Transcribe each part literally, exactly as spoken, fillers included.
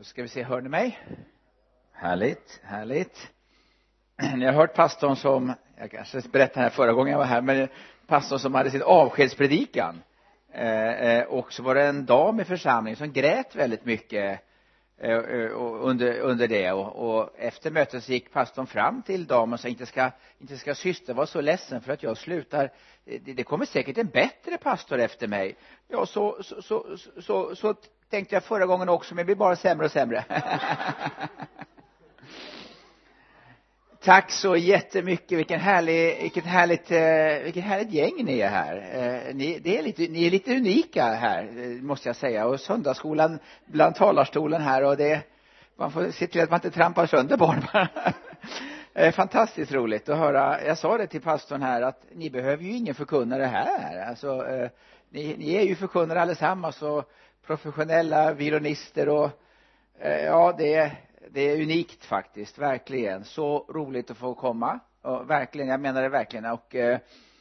Ska vi se, hör ni mig? Härligt, härligt. Ni har hört pastorn som, jag kanske berättade här förra gången jag var här, men pastorn som hade sin avskedspredikan. Eh, och så var det en dam i församlingen som grät väldigt mycket eh, under, under det. Och, och efter mötet så gick pastorn fram till damen och sa, inte ska, inte ska syster vara så ledsen för att jag slutar. Det, det kommer säkert en bättre pastor efter mig. Ja, så, så, så, så, så, så tänkte jag förra gången också, men det blir bara sämre och sämre. Tack så jättemycket. Vilken härlig, vilket härligt, eh, vilket härligt gäng ni är här. Eh, ni, det är lite, ni är lite unika här, eh, måste jag säga. Och söndagsskolan bland talarstolen här. Och det, man får se till att man inte trampar sönder barn. eh, fantastiskt roligt att höra. Jag sa det till pastorn här att ni behöver ju ingen förkunnare här. Alltså, eh, ni, ni är ju förkunnare allesammans och professionella violinister. Och eh, ja, det är... Det är unikt faktiskt, verkligen. Så roligt att få komma. Och verkligen, jag menar det verkligen. Och eh,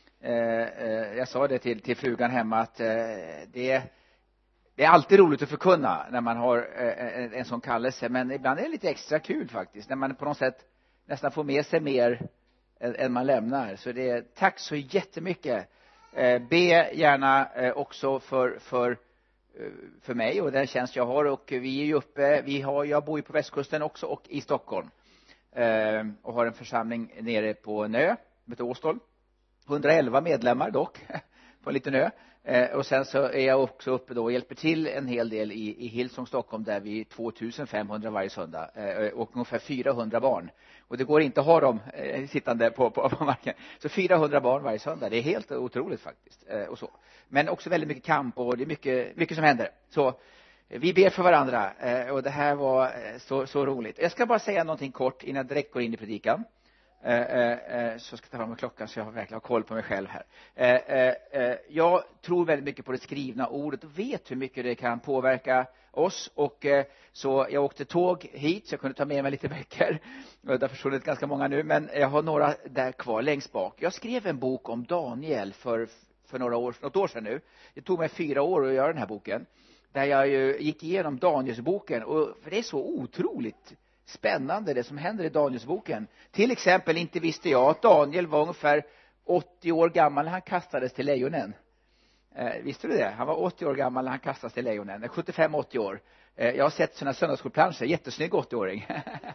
eh, jag sa det till, till frugan hemma att eh, det, det är alltid roligt att förkunna när man har eh, en, en sån kallelse. Men ibland är det lite extra kul faktiskt. När man på något sätt nästan får med sig mer än, än man lämnar. Så det är, tack så jättemycket. Eh, be gärna eh, också för... för för mig och den tjänst jag har, och vi är ju uppe, vi har, jag bor ju på västkusten också och i Stockholm eh, och har en församling nere på en ö med Åstol, hundraelva medlemmar dock på en liten ö, eh, och sen så är jag också uppe då och hjälper till en hel del i, i Hillsong Stockholm, där vi är tvåtusenfemhundra varje söndag eh, och ungefär fyrahundra barn, och det går inte att ha dem eh, sittande på, på, på marken, så fyrahundra barn varje söndag, det är helt otroligt faktiskt eh, och så. Men också väldigt mycket kamp och det är mycket, mycket som händer. Så vi ber för varandra eh, och det här var eh, så, så roligt. Jag ska bara säga någonting kort innan jag direkt går in i predikan. Eh, eh, så ska jag ta fram klockan så jag verkligen har koll på mig själv här. Eh, eh, jag tror väldigt mycket på det skrivna ordet och vet hur mycket det kan påverka oss. Och eh, så jag åkte tåg hit så jag kunde ta med mig lite böcker. Det har försvunnit ganska många nu, men jag har några där kvar längst bak. Jag skrev en bok om Daniel för för några år, för något år sedan nu. Det tog mig fyra år att göra den här boken. Där jag ju gick igenom Danielsboken. Och för det är så otroligt spännande det som händer i Danielsboken. Till exempel inte visste jag att Daniel var ungefär åttio år gammal när han kastades till lejonen. Eh, visste du det? Han var åttio år gammal när han kastades till lejonen. sjuttiofem åttio år. Eh, jag har sett sådana söndagsskolplanscher. Jättesnygg åttio-åring.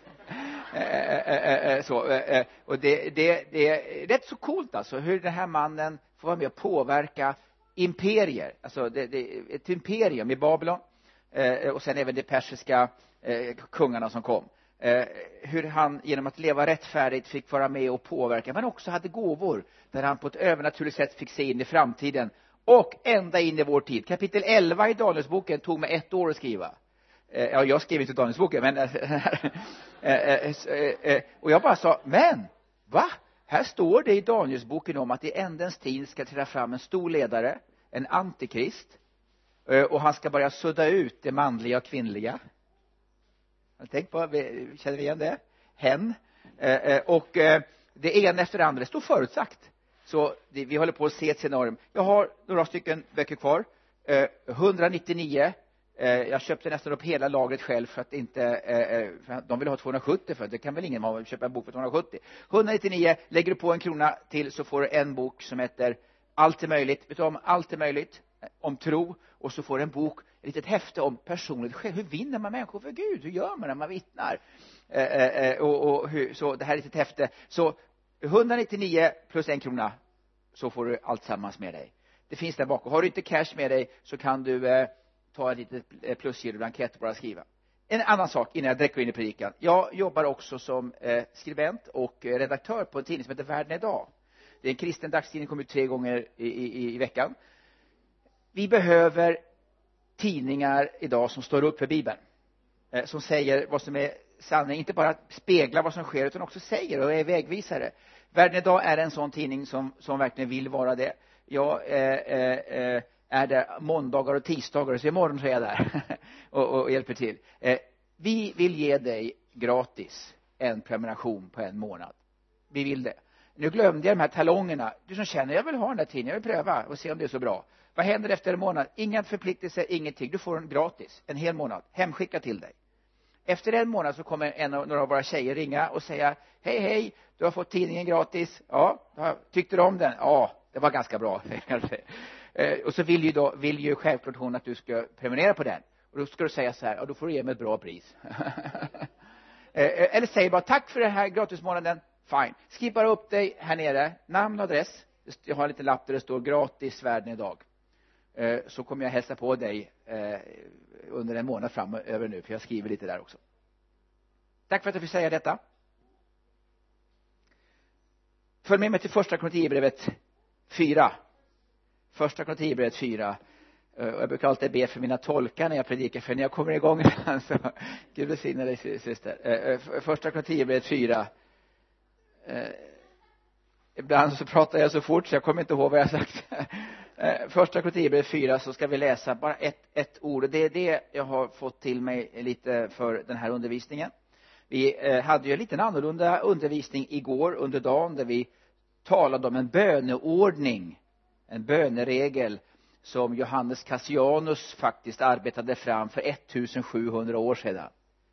eh, eh, eh, så, eh, och det, det, det är rätt så coolt alltså. Hur den här mannen får vara med och påverka imperier. Alltså det, det, ett imperium i Babylon. Eh, och sen även de persiska eh, kungarna som kom. Eh, hur han genom att leva rättfärdigt fick vara med och påverka. Men också hade gåvor. Där han på ett övernaturligt sätt fick se in i framtiden. Och ända in i vår tid. Kapitel elva i Danielsboken tog mig ett år att skriva. Eh, ja, jag skrev inte Danielsboken. Men, eh, eh, eh, och jag bara sa, men va? Här står det i Danielsboken om att i ändens tid ska träda fram en stor ledare, en antikrist, och han ska börja sudda ut det manliga och kvinnliga. Tänk på, känner vi igen det? Hen. Och det ena efter det andra står förutsagt. Så vi håller på att se ett scenario. Jag har några stycken böcker kvar. etthundranittionio. Jag köpte nästan upp hela lagret själv för att inte, för de vill ha tvåhundrasjuttio, för det kan väl ingen köpa en bok för tvåhundrasjuttio. etthundranittionio, lägger du på en krona till så får du en bok som heter Allt är möjligt. Vet du om Allt är möjligt? Om tro. Och så får du en bok, ett litet häfte om personligt själv. Hur vinner man människor för Gud? Hur gör man när man vittnar? Och, och hur, så det här är ett litet häfte. Så etthundranittionio plus en krona så får du allt sammans med dig. Det finns där bakom. Har du inte cash med dig så kan du ta ett litet plusgiroblankett och bara skriva. En annan sak innan jag direkt går in i predikan. Jag jobbar också som eh, skribent och redaktör på en tidning som heter Världen idag. Det är en kristen dagstidning, kommer ut tre gånger i, i, i veckan. Vi behöver tidningar idag som står upp för Bibeln. Eh, som säger vad som är sanning. Inte bara speglar vad som sker utan också säger och är vägvisare. Världen idag är en sån tidning som, som verkligen vill vara det. Jag eh, eh, är det måndagar och tisdagar, så imorgon så är jag där och, och hjälper till. Eh, vi vill ge dig gratis en prenumeration på en månad. Vi vill det. Nu glömde jag de här talongerna. Du som känner, jag vill ha den här tidningen, jag vill pröva och se om det är så bra. Vad händer efter en månad? Inga förpliktelser, ingenting. Du får den gratis, en hel månad, hemskicka till dig. Efter en månad så kommer en av några av våra tjejer ringa och säga: hej hej, du har fått tidningen gratis. Ja, tyckte du om den? Ja, det var ganska bra. Och så vill ju, då, vill ju självklart hon att du ska prenumerera på den. Och då ska du säga så här: ja, då får du ge mig ett bra pris. Eller säg bara: tack för den här gratismånaden. Fine. Skriv bara upp dig här nere, namn och adress. Jag har en liten lapp där det står gratis världen idag. Så kommer jag hälsa på dig under en månad framöver nu, för jag skriver lite där också. Tack för att jag fick säga detta. Följ med mig till första Korinthierbrevet fyra. Första Korinthierbrevet fyra. Jag brukar alltid be för mina tolkar när jag predikar, för när jag kommer igång så Gud välsigne dig syster. Första Korinthierbrevet fyra. Ibland så pratar jag så fort så jag kommer inte ihåg vad jag har sagt. Första Korinthierbrevet fyra, så ska vi läsa bara ett, ett ord. Det är det jag har fått till mig lite för den här undervisningen. Vi hade ju en liten annorlunda undervisning igår under dagen, där vi talade om en böneordning, en böneregel som Johannes Cassianus faktiskt arbetade fram för ettusensjuhundra år sedan.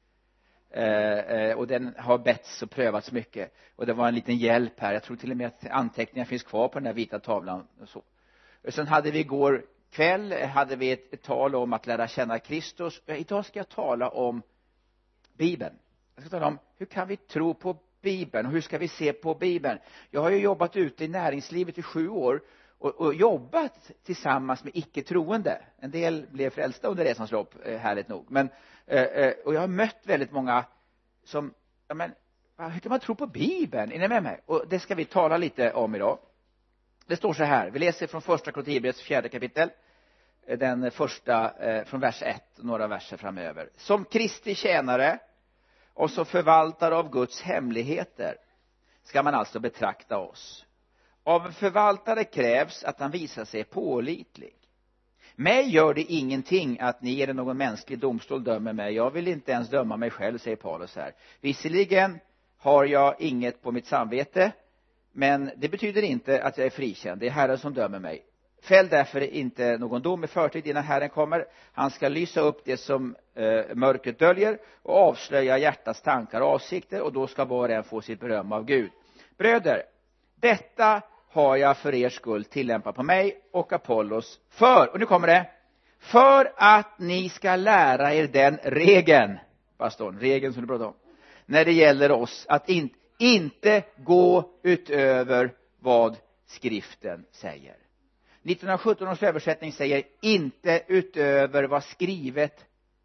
Och den har betts och prövats mycket. Och det var en liten hjälp här. Jag tror till och med att anteckningar finns kvar på den här vita tavlan. Och så. Och sen hade vi igår kväll hade vi ett, ett tal om att lära känna Kristus. Idag ska jag tala om Bibeln. Jag ska tala om hur kan vi tro på Bibeln och hur ska vi se på Bibeln. Jag har ju jobbat ute i näringslivet i sju år och, och jobbat tillsammans med icke-troende. En del blev frälsta under resans lopp, eh, härligt nog. Men, eh, och jag har mött väldigt många som, ja men, hur kan man tro på Bibeln? Är ni med mig? Och det ska vi tala lite om idag. Det står så här, vi läser från första Korinthierbrevets fjärde kapitel, den första eh, från vers ett och några verser framöver. Som Kristi tjänare och som förvaltare av Guds hemligheter ska man alltså betrakta oss. Av en förvaltare krävs att han visar sig pålitlig. Mig gör det ingenting att ni eller någon mänsklig domstol dömer mig. Jag vill inte ens döma mig själv, säger Paulus här. Visserligen har jag inget på mitt samvete, men det betyder inte att jag är frikänd. Det är Herren som dömer mig. Fäll därför inte någon dom i förtid innan Herren kommer. Han ska lysa upp det som eh, mörkret döljer och avslöja hjärtats tankar och avsikter, och då ska var och en få sitt beröm av Gud. Bröder, detta har jag för er skull tillämpat på mig och Apollos för, och nu kommer det, för att ni ska lära er den regeln, pastorn, regeln som du pratar om, när det gäller oss, att in, inte gå utöver vad skriften säger. nittonhundrasjutton års översättning säger inte utöver vad skrivet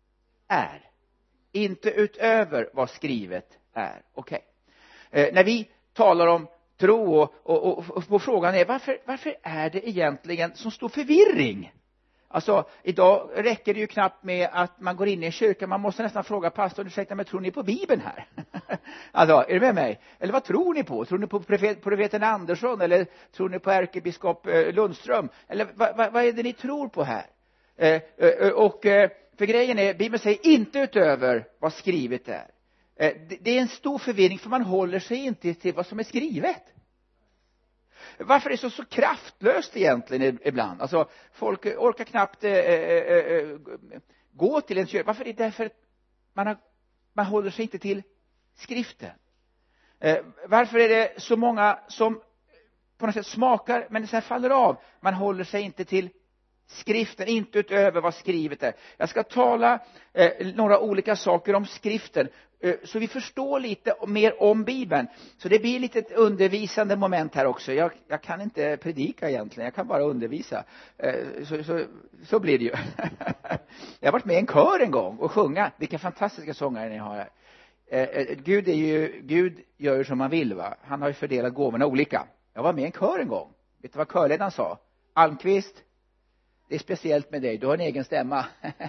är. Inte utöver vad skrivet är. Okej. Okay. Eh, när vi talar om tro och, och, och, och frågan är varför, varför är det egentligen så stor förvirring? Alltså idag räcker det ju knappt med att man går in i en kyrka. Man måste nästan fråga pastorn, ursäkta, men tror ni på Bibeln här? Alltså, är du med mig? Eller vad tror ni på? Tror ni på profeten Andersson? Eller tror ni på ärkebiskop Lundström? Eller vad, vad, vad är det ni tror på här? Eh, och eh, för grejen är, Bibeln säger inte utöver vad skrivet är. Eh, det, det är en stor förvirring, för man håller sig inte till vad som är skrivet. Varför är det så, så kraftlöst egentligen ibland? Alltså, folk orkar knappt äh, äh, äh, gå till en kyrka. Varför är det? Därför att man, har, man håller sig inte till skriften. Äh, varför är det så många som på något sätt smakar men sen faller av? Man håller sig inte till skriften, inte utöver vad skrivet är. Jag ska tala eh, några olika saker om skriften, eh, så vi förstår lite mer om Bibeln. Så det blir lite ett undervisande moment här också. Jag, jag kan inte predika egentligen, jag kan bara undervisa. Eh, så, så, så blir det ju. Jag har varit med i en kör en gång och sjunga. Vilka fantastiska sångare ni har här. Eh, Gud, är ju, Gud gör ju som man vill, va? Han har ju fördelat gåvorna olika. Jag var med i en kör en gång. Vet du vad körledaren sa? Almqvist, det är speciellt med dig, du har en egen stämma.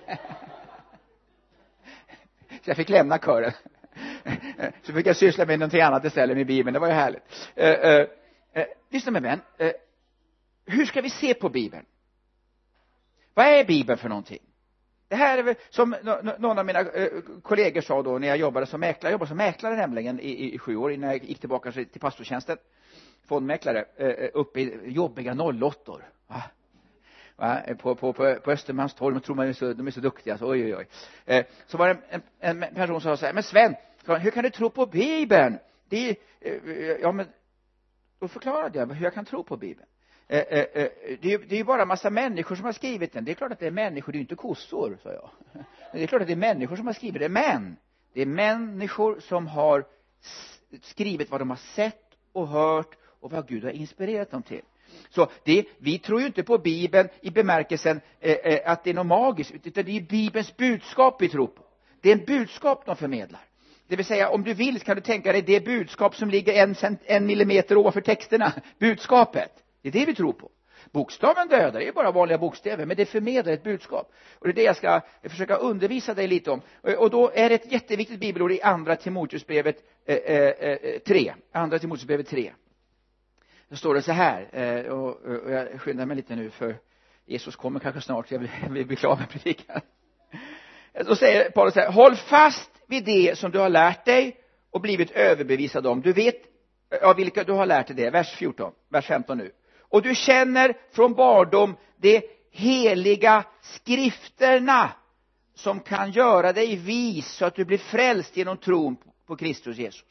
Så jag fick lämna kören. Så fick jag syssla med någonting annat istället med Bibeln, det var ju härligt. Uh, uh, uh, lyssna med vän, uh, hur ska vi se på Bibeln? Vad är Bibeln för någonting? Det här är väl, som någon av mina uh, kollegor sa då när jag jobbade som mäklare. Jag jobbade som mäklare nämligen i, i, i sju år innan jag gick tillbaka till pastortjänsten. Fondmäklare, uh, uppe i jobbiga nollåttor. Va? va? På, på, på, på Östermalmstorg, tror man är så, de är så duktiga, så oj oj oj. Eh, så var det en, en, en person som sa så här, men Sven, hur kan du tro på Bibeln? Det är, eh, ja men, då förklarade jag hur jag kan tro på Bibeln. Eh, eh, eh, det, är, det är ju bara en massa människor som har skrivit den. Det är klart att det är människor, det är ju inte kossor, sa jag. Men det är klart att det är människor som har skrivit det, men det är människor som har skrivit vad de har sett och hört och vad Gud har inspirerat dem till. Så det, vi tror ju inte på Bibeln i bemärkelsen eh, eh, att det är något magiskt, utan det är Bibelns budskap vi tror på. Det är en budskap de förmedlar. Det vill säga, om du vill kan du tänka dig det budskap som ligger en, cent, en millimeter ovanför texterna. Budskapet, det är det vi tror på. Bokstaven dödar, det är bara vanliga bokstäver, men det förmedlar ett budskap. Och det är det jag ska försöka undervisa dig lite om. Och då är det ett jätteviktigt bibelord i andra Timoteusbrevet eh, eh, tre. Andra Timoteusbrevet tre. Då står det så här, eh, och, och jag skyndar mig lite nu för Jesus kommer kanske snart, jag vill, jag vill bli klar med predikan. Då säger Paulus så här, håll fast vid det som du har lärt dig och blivit överbevisad om. Du vet av vilka du har lärt dig det. Vers fjorton, vers femton nu. Och du känner från barndom de heliga skrifterna som kan göra dig vis så att du blir frälst genom tron på Kristus Jesus.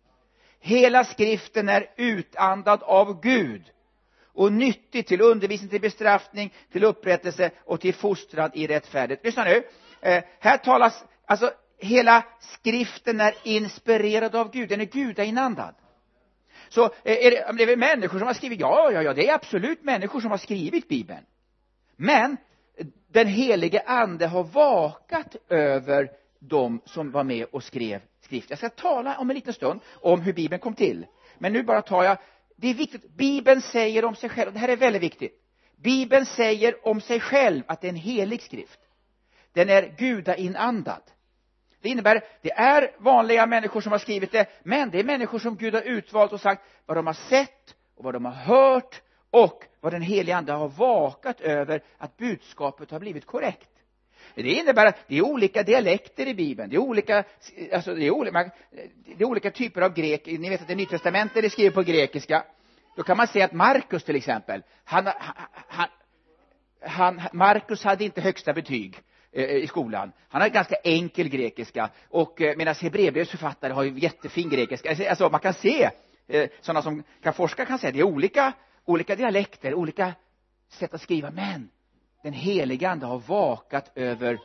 Hela skriften är utandad av Gud och nyttig till undervisning, till bestraffning, till upprättelse och till fostran i rättfärdighet. Lyssna nu. Eh, här talas, alltså hela skriften är inspirerad av Gud. Den är gudainandad. Så är det, är det människor som har skrivit? Ja, ja, ja, det är absolut människor som har skrivit Bibeln. Men den helige ande har vakat över de som var med och skrev skrift. Jag ska tala om en liten stund om hur Bibeln kom till. Men nu bara tar jag, det är viktigt, Bibeln säger om sig själv, det här är väldigt viktigt. Bibeln säger om sig själv att det är en helig skrift. Den är gudainandad. Det innebär, det är vanliga människor som har skrivit det, men det är människor som Gud har utvalt och sagt vad de har sett och vad de har hört och vad den helige ande har vakat över att budskapet har blivit korrekt. Det innebär att det är olika dialekter i Bibeln, det är olika, alltså det är olika, det är olika typer av grek. Ni vet att det Nya testamentet är skrivet på grekiska. Då kan man säga att Markus till exempel, han, han, han, Markus hade inte högsta betyg i skolan. Han har ganska enkel grekiska och medan Hebreerbrevets författare har ju jättefin grekiska. Alltså man kan se, sådana som kan forska kan säga det är olika, olika dialekter, olika sätt att skriva, men den heliga ande har vakat över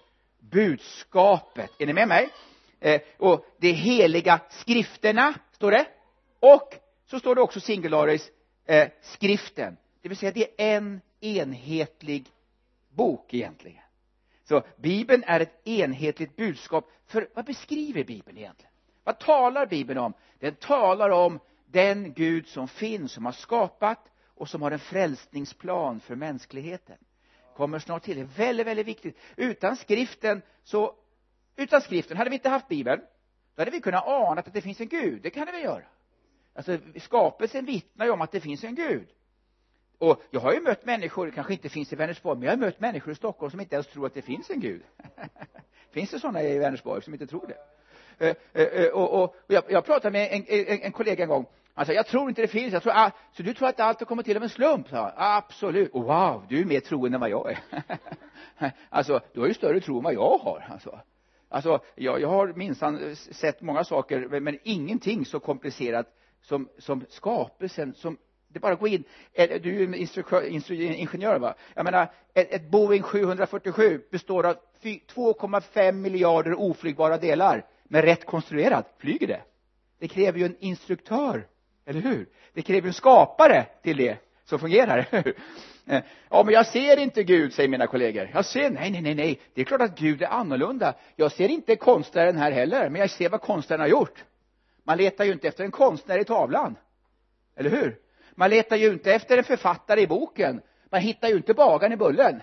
budskapet. Är ni med mig? Eh, och det heliga skrifterna står det. Och så står det också singularis eh, skriften. Det vill säga det är en enhetlig bok egentligen. Så Bibeln är ett enhetligt budskap. För vad beskriver Bibeln egentligen? Vad talar Bibeln om? Den talar om den Gud som finns, som har skapat och som har en frälsningsplan för mänskligheten. Kommer snart till. Det är väldigt, väldigt viktigt. Utan skriften så, utan skriften hade vi inte haft Bibeln. Då hade vi kunnat ana att det finns en Gud. Det kan vi göra. Alltså skapelsen vittnar ju om att det finns en Gud. Och jag har ju mött människor, det kanske inte finns i Vänersborg, men jag har mött människor i Stockholm som inte ens tror att det finns en Gud. Finns det sådana i Vänersborg som inte tror det? Uh, uh, uh, och, och, och jag, jag pratade med en, en, en kollega en gång. Han sa, jag tror inte det finns. Jag tror, ah, så du tror att allt har kommit till av en slump? Sa, absolut. Oh, wow, du är mer troende än vad jag är. Alltså, du har ju större tro än vad jag har. Alltså, alltså jag, jag har minsann sett många saker, men ingenting så komplicerat som, som skapelsen, som det bara går in. Du är ju instru- instru- ingenjör, va? Jag menar, ett, ett Boeing sjuhundrafyrtiosju består av två komma fem miljarder oflygbara delar. Men rätt konstruerat flyger det. Det kräver ju en instruktör, eller hur? Det kräver en skapare till det som fungerar. Ja, men jag ser inte Gud, säger mina kollegor. Jag ser, nej, nej, nej, nej. Det är klart att Gud är annorlunda. Jag ser inte konstnären här heller, men jag ser vad konstnären har gjort. Man letar ju inte efter en konstnär i tavlan. Eller hur? Man letar ju inte efter en författare i boken. Man hittar ju inte bagaren i bullen.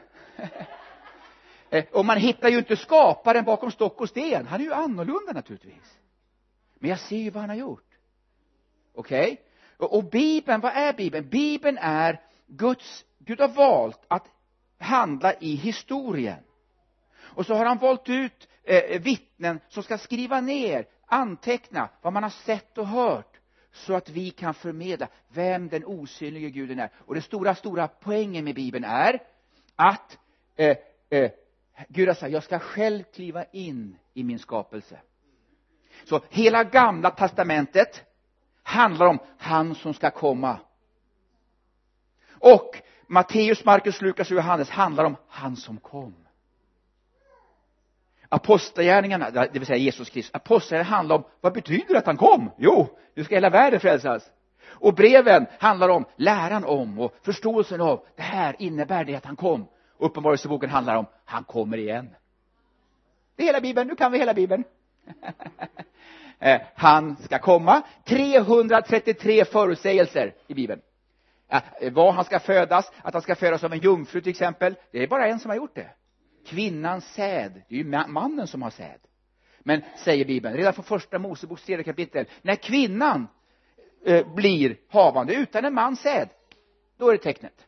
Och man hittar ju inte skaparen bakom stock och sten. Han är ju annorlunda naturligtvis. Men jag ser ju vad han har gjort. Okej? Okay? Och, och Bibeln, vad är Bibeln? Bibeln är Guds, Gud har valt att handla i historien. Och så har han valt ut eh, vittnen som ska skriva ner, anteckna vad man har sett och hört. Så att vi kan förmedla vem den osynliga guden är. Och den stora, stora poängen med Bibeln är att eh, eh, Gud har sagt, jag ska själv kliva in i min skapelse. Så hela gamla testamentet handlar om han som ska komma. Och Matteus, Markus, Lukas och Johannes handlar om han som kom. Apostlagärningarna, det vill säga Jesus Kristus, apostlagärningarna handlar om, vad betyder det att han kom? Jo, nu ska hela världen frälsas. Och breven handlar om läran om och förståelsen av, det här innebär det att han kom. Uppenbarelseboken handlar om, han kommer igen. Det är hela Bibeln, nu kan vi hela Bibeln. Han ska komma. trehundratrettiotre förutsägelser i Bibeln. Var han ska födas, att han ska födas av en jungfru till exempel. Det är bara en som har gjort det. Kvinnans säd, det är ju mannen som har säd. Men säger Bibeln, redan från första Moseboks tredje kapitel, när kvinnan eh, blir havande utan en mans säd, då är det tecknet.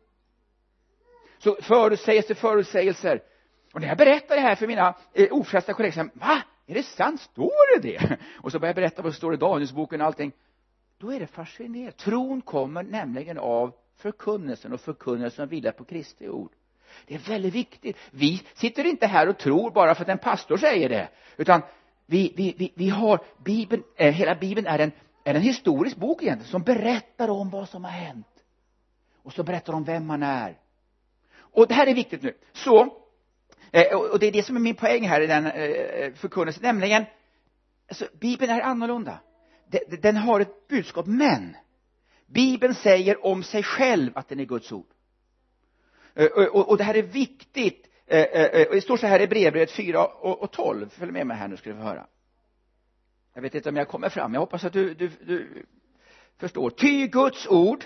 Så förutsägelser, förutsägelser. Och när jag berättar det här för mina eh, ofrälsta kollegor, va? Är det sant? Står det det? Och så börjar jag berätta vad det står i Danielsboken och allting. Då är det fascinerande. Tron kommer nämligen av förkunnelsen, och förkunnelsen vilar på Kristi ord. Det är väldigt viktigt. Vi sitter inte här och tror bara för att en pastor säger det. Utan vi, vi, vi, vi har Bibeln, eh, hela Bibeln är en, är en historisk bok egentligen, som berättar om vad som har hänt. Och så berättar om vem man är. Och det här är viktigt nu. Så, eh, och det är det som är min poäng här i den eh, förkunnelsen. Nämligen, alltså, Bibeln är annorlunda. Den, den har ett budskap, men Bibeln säger om sig själv att den är Guds ord. Och, och, och det här är viktigt. Och det står så här i Hebreerbrevet fyra och tolv. Följ med mig här nu, ska du få höra. Jag vet inte om jag kommer fram. Jag hoppas att du, du, du förstår. Ty Guds ord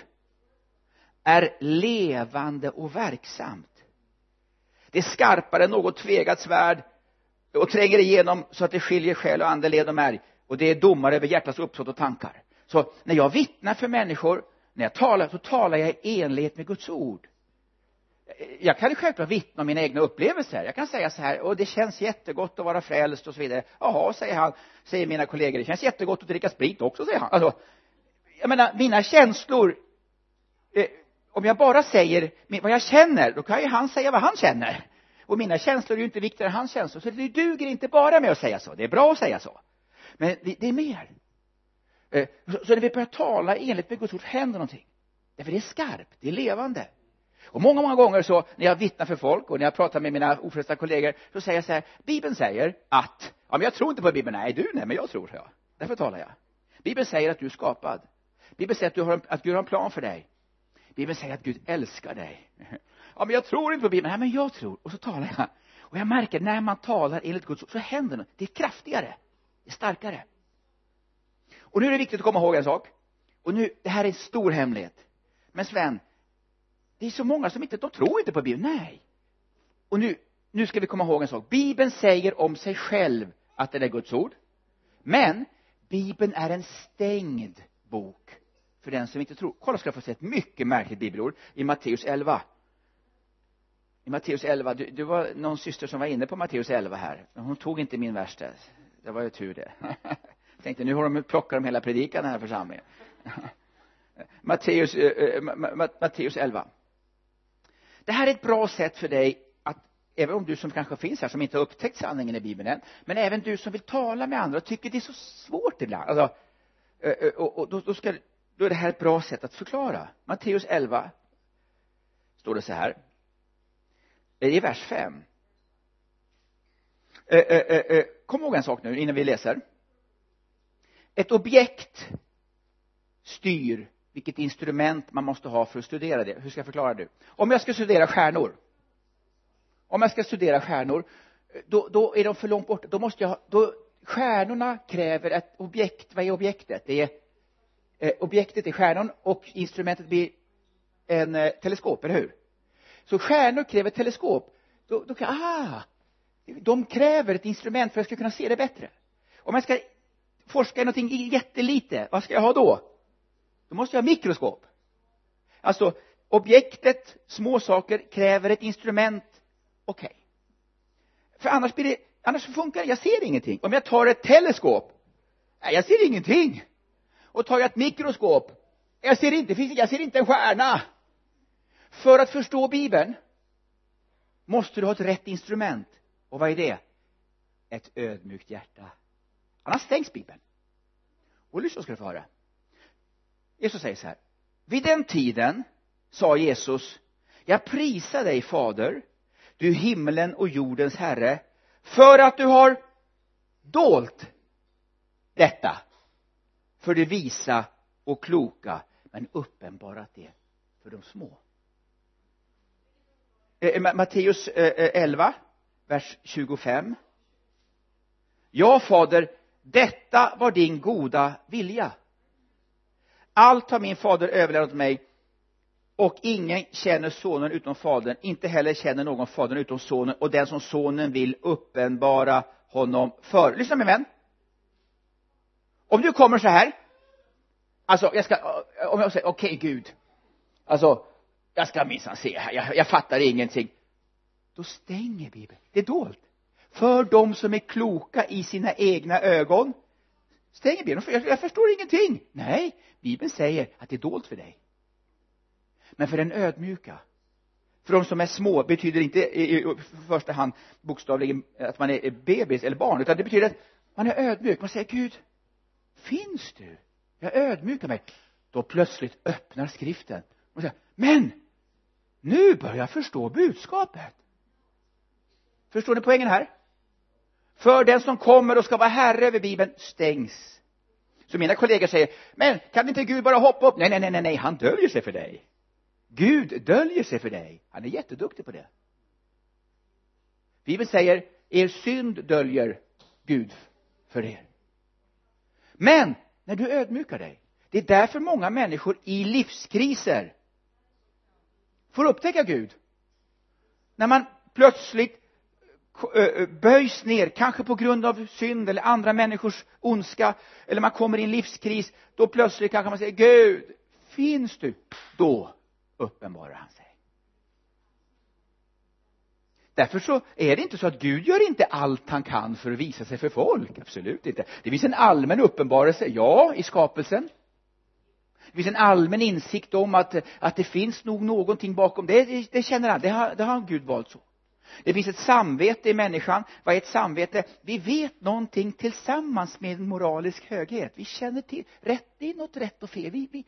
är levande och verksamt. Det är skarpare än något tvegat svärd och tränger igenom så att det skiljer själ och ande, led och märg. Och det är domar över hjärtats uppsåt och tankar. Så när jag vittnar för människor, när jag talar, så talar jag i enlighet med Guds ord. Jag kan självklart vittna om mina egna upplevelser. Jag kan säga så här, och det känns jättegott att vara frälst och så vidare. Jaha, säger han, säger mina kollegor, det känns jättegott att dricka sprit också, säger han. Alltså, jag menar, mina känslor, eh, om jag bara säger vad jag känner, då kan ju han säga vad han känner. Och mina känslor är ju inte viktigare än hans känslor. Så det duger inte bara med att säga så. Det är bra att säga så. Men det, det är mer. Eh, så, så när vi börjar tala enligt med Guds ord händer någonting. Därför det är skarpt, det är levande. Och många, många gånger så när jag vittnar för folk och när jag pratar med mina ofrälsta kollegor, så säger jag så här, Bibeln säger att, ja men jag tror inte på Bibeln, nej du nej men jag tror, jag. Därför talar jag. Bibeln säger att du är skapad. Bibeln säger att, du har en, att Gud har en plan för dig. Bibeln säger att Gud älskar dig. Ja men jag tror inte på Bibeln, nej men jag tror. Och så talar jag. Och jag märker när man talar enligt Guds ord så händer det. Det är kraftigare, det är starkare. Och nu är det viktigt att komma ihåg en sak. Och nu, det här är en stor hemlighet. Men Sven, det är så många som inte, de tror inte på Bibeln. Nej. Och nu, nu ska vi komma ihåg en sak. Bibeln säger om sig själv att det är Guds ord. Men Bibeln är en stängd bok för den som inte tror. Kolla, ska jag få se ett mycket märkligt bibelord i Matteus elva. I Matteus elva, det, det var någon syster som var inne på Matteus elva här. Men hon tog inte min vers där. Det var ju tur det. Jag tänkte, nu har de plockat de hela predikan här församlingen. Matteus, äh, Matteus elva. Det här är ett bra sätt för dig att, även om du som kanske finns här som inte har upptäckt sanningen i Bibeln än, men även du som vill tala med andra och tycker det är så svårt ibland. Alltså, och, och då, då, ska, då är det här ett bra sätt att förklara. Matteus elva står det så här. I vers fem. Kom ihåg en sak nu innan vi läser. Ett objekt styr vilket instrument man måste ha för att studera det. Hur ska jag förklara det? Om jag ska studera stjärnor. Om jag ska studera stjärnor, då, då är de för långt bort. Då måste jag, då, stjärnorna kräver ett objekt. Vad är objektet? Det är, eh, objektet är stjärnan och instrumentet blir en eh, teleskop, eller hur? Så stjärnor kräver teleskop. Då, då kan, ah, de kräver ett instrument för att jag ska kunna se det bättre. Om jag ska forska i någonting jättelite, vad ska jag ha då? Då måste jag ha mikroskop. Alltså, objektet, små saker, kräver ett instrument. Okej. Okay. För annars blir det, annars funkar det, jag ser ingenting. Om jag tar ett teleskop, nej, jag ser ingenting. Och tar jag ett mikroskop, jag ser inte, jag ser inte en stjärna. För att förstå Bibeln måste du ha ett rätt instrument. Och vad är det? Ett ödmjukt hjärta. Annars stängs Bibeln. Och lyssna ska du få höra. Jesus säger så här. Vid den tiden sa Jesus: jag prisar dig, Fader, du himlen och jordens Herre, för att du har dolt detta för det visa och kloka, men uppenbarat det för de små. eh, Matteus eh, elva vers tjugofem. Ja, Fader, detta var din goda vilja. Allt har min fader överlämnat mig, och ingen känner sonen utom fadern, inte heller känner någon fadern utom sonen, och den som sonen vill uppenbara honom för. Lyssna med vän. Om du kommer så här, alltså jag ska, om jag säger okej okay, Gud, alltså jag ska minsann se här, jag, jag fattar ingenting, då stänger Bibeln. Det är dolt för de som är kloka i sina egna ögon. Stänger Bibeln, jag, jag förstår ingenting. Nej, Bibeln säger att det är dolt för dig. Men för den ödmjuka, för de som är små, betyder inte i, i första hand bokstavligen att man är bebis eller barn, utan det betyder att man är ödmjuk. Man säger: Gud, finns du? Jag ödmjukar mig. Då plötsligt öppnar skriften och säger: men nu börjar jag förstå budskapet. Förstår ni poängen här? För den som kommer och ska vara herre över Bibeln stängs. Så mina kollegor säger: men kan inte Gud bara hoppa upp? Nej, nej, nej, nej, han döljer sig för dig. Gud döljer sig för dig. Han är jätteduktig på det. Bibeln säger: er synd döljer Gud för er. Men när du ödmjukar dig, det är därför många människor i livskriser får upptäcka Gud. När man plötsligt böjs ner, kanske på grund av synd eller andra människors ondska, eller man kommer i en livskris, då plötsligt kanske man säger: Gud, finns du? Då uppenbarar han sig. Därför så är det inte så att Gud gör inte allt han kan för att visa sig för folk. Absolut inte. Det finns en allmän uppenbarelse, ja, i skapelsen. Det finns en allmän insikt om att, att det finns nog någonting bakom. Det, det, det känner han, det har, det har Gud valt så. Det finns ett samvete i människan. Vad är ett samvete? Vi vet någonting tillsammans med en moralisk höghet. Vi känner till rätt, det är något rätt och fel. Vi, vi.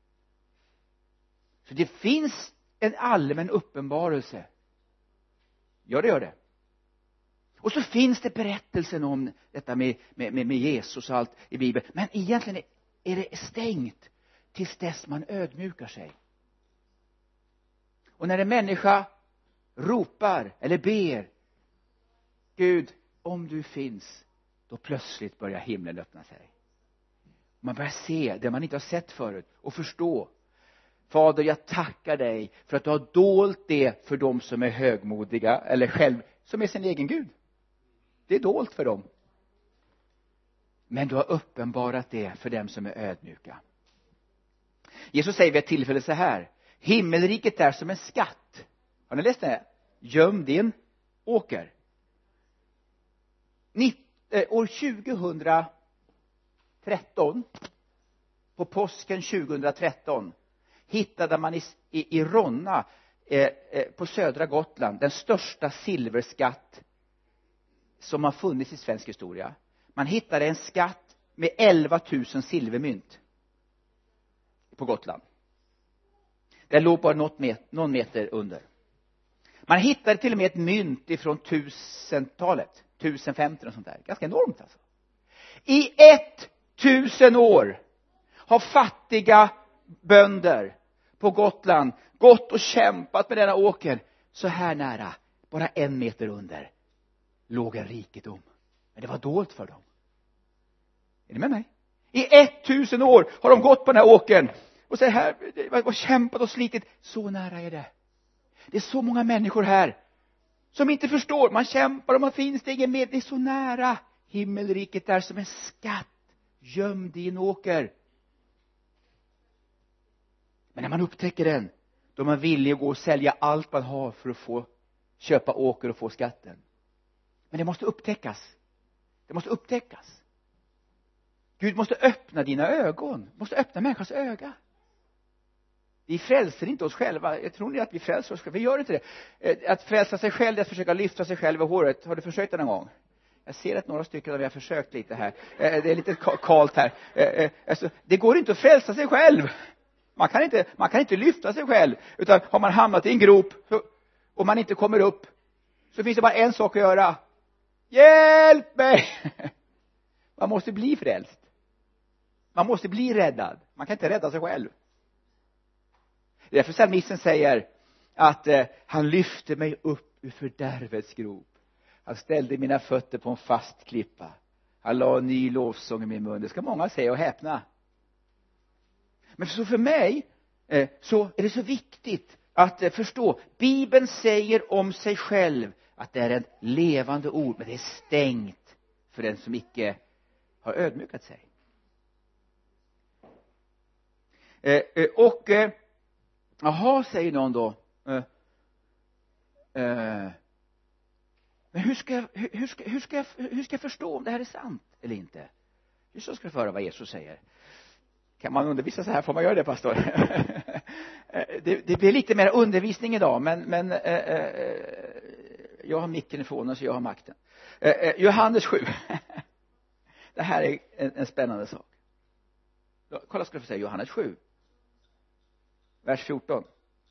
Så det finns en allmän uppenbarelse. Ja, det gör det. Och så finns det berättelsen om detta med, med, med Jesus och allt i Bibeln. Men egentligen är, är det stängt tills dess man ödmjukar sig. Och när en människa ropar eller ber: Gud, om du finns, då plötsligt börjar himlen öppna sig. Man börjar se det man inte har sett förut och förstå. Fader, jag tackar dig för att du har dolt det för dem som är högmodiga eller själv, som är sin egen Gud. Det är dolt för dem. Men du har uppenbarat det för dem som är ödmjuka. Jesus säger vid ett tillfälle så här: himmelriket är som en skatt. Har ni läst det? Göm din åker. Nitt, eh, år tjugohundratretton, på påsken tjugohundratretton, hittade man i, i, i Ronna eh, eh, på södra Gotland den största silverskatt som har funnits i svensk historia. Man hittade en skatt med elva tusen silvermynt på Gotland. Det låg bara något met, någon meter under. Man hittade till och med ett mynt ifrån tusentalet, tusenfemtio och sånt där. Ganska enormt alltså. I ett tusen år har fattiga bönder på Gotland gått och kämpat med denna åker. Så här nära, bara en meter under, låg en rikedom. Men det var dolt för dem. Är ni med mig? I ett tusen år har de gått på den här åkern och så här, och kämpat och slitit. Så nära är det. Det är så många människor här som inte förstår. Man kämpar och man finns det ingen med. Det är så nära. Himmelriket är som en skatt gömd i en åker. Men när man upptäcker den, då är man villig att gå och sälja allt man har för att få köpa åker och få skatten. Men det måste upptäckas. Det måste upptäckas. Gud måste öppna dina ögon. Måste öppna människans öga. Vi frälser inte oss själva. Jag tror ni att vi frälser oss själva? Vi gör inte det. Att frälsa sig själv är att försöka lyfta sig själv i håret. Har du försökt det någon gång? Jag ser att några stycken av er har försökt lite här. Det är lite kallt här. Alltså, det går inte att frälsa sig själv. Man kan inte, man kan inte lyfta sig själv. Utan har man hamnat i en grop och man inte kommer upp, så finns det bara en sak att göra. Hjälp mig! Man måste bli frälst. Man måste bli räddad. Man kan inte rädda sig själv. Därför psalmisten säger att eh, han lyfte mig upp ur fördärvets grop. Han ställde mina fötter på en fast klippa. Han la en ny lovsång i min mun. Det ska många säga och häpna. Men så för mig eh, så är det så viktigt att eh, förstå. Bibeln säger om sig själv att det är ett levande ord, men det är stängt för den som icke har ödmjukat sig. Eh, eh, och eh, jaha, säger någon då. Eh, eh, men hur ska, hur, hur, ska, hur, ska jag, hur ska jag förstå om det här är sant eller inte? Hur så ska jag föra vad Jesus säger? Kan man undervisa så här? Får man göra det, pastor? det, det blir lite mer undervisning idag, men, men eh, eh, jag har micken ifrån och så jag har makten. Eh, eh, Johannes sju. Det här är en, en spännande sak. Kolla, ska jag få säga Johannes sju. Vers fjorton.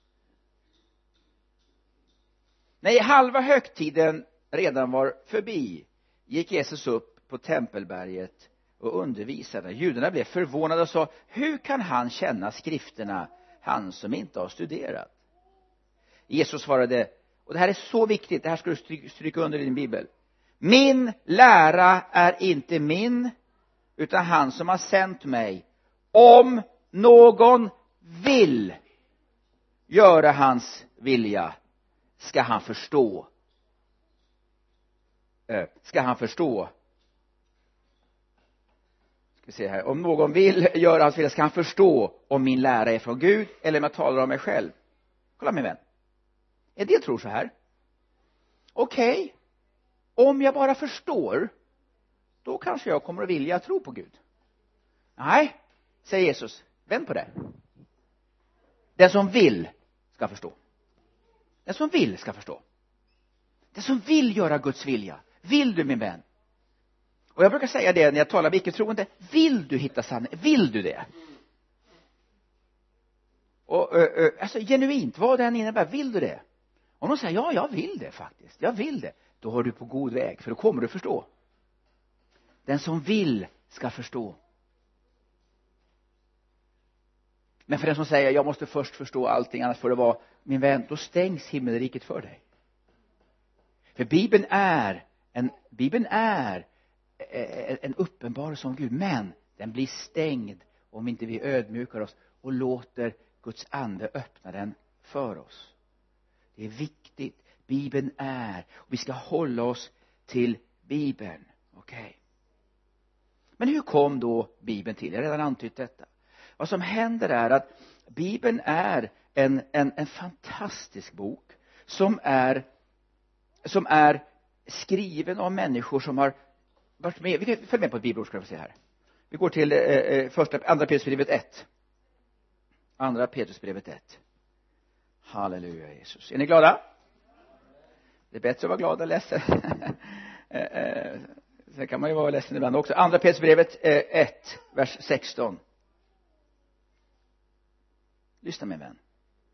När halva högtiden redan var förbi gick Jesus upp på tempelberget och undervisade. Judarna blev förvånade och sa: hur kan han känna skrifterna, han som inte har studerat? Jesus svarade, och det här är så viktigt, det här ska du stryka under i din bibel: min lära är inte min, utan han som har sänt mig. Om någon vill göra hans vilja, ska han förstå. Äh, ska han förstå. Ska vi se här. Om någon vill göra hans vilja, ska han förstå om min lära är från Gud eller om jag talar om mig själv. Kolla min vän. En del tror så här. Okej. Okay. Om jag bara förstår, då kanske jag kommer att vilja tro på Gud. Nej, säger Jesus. Vänd på det. Den som vill ska förstå. Den som vill ska förstå. Den som vill göra Guds vilja. Vill du, min vän? Och jag brukar säga det när jag talar med icke-troende. Vill du hitta sanning? Vill du det? Och ö, ö, alltså genuint, vad den innebär. Vill du det? Om de säger, ja, jag vill det faktiskt. Jag vill det. Då har du på god väg. För då kommer du förstå. Den som vill ska förstå. Men för den som säger, jag måste först förstå allting, annars får det vara, min vän, då stängs himmelriket för dig. För Bibeln är en, Bibeln är en uppenbarelse om Gud, men den blir stängd om inte vi ödmjukar oss och låter Guds ande öppna den för oss. Det är viktigt. Bibeln är, och vi ska hålla oss till Bibeln. Okej. Okay. Men hur kom då Bibeln till? Jag har redan antytt detta. Vad som händer är att Bibeln är en, en, en fantastisk bok som är, som är skriven av människor som har varit med. Vi kan följa med på ett bibelord, ska vi se här. Vi går till eh, första, andra Petrusbrevet ett. Andra Petrusbrevet ett. Halleluja, Jesus. Är ni glada? Det är bättre att vara glad än ledsen. Sen kan man ju vara ledsen ibland också. Andra Petrusbrevet ett, vers sexton. Lyssna, min vän.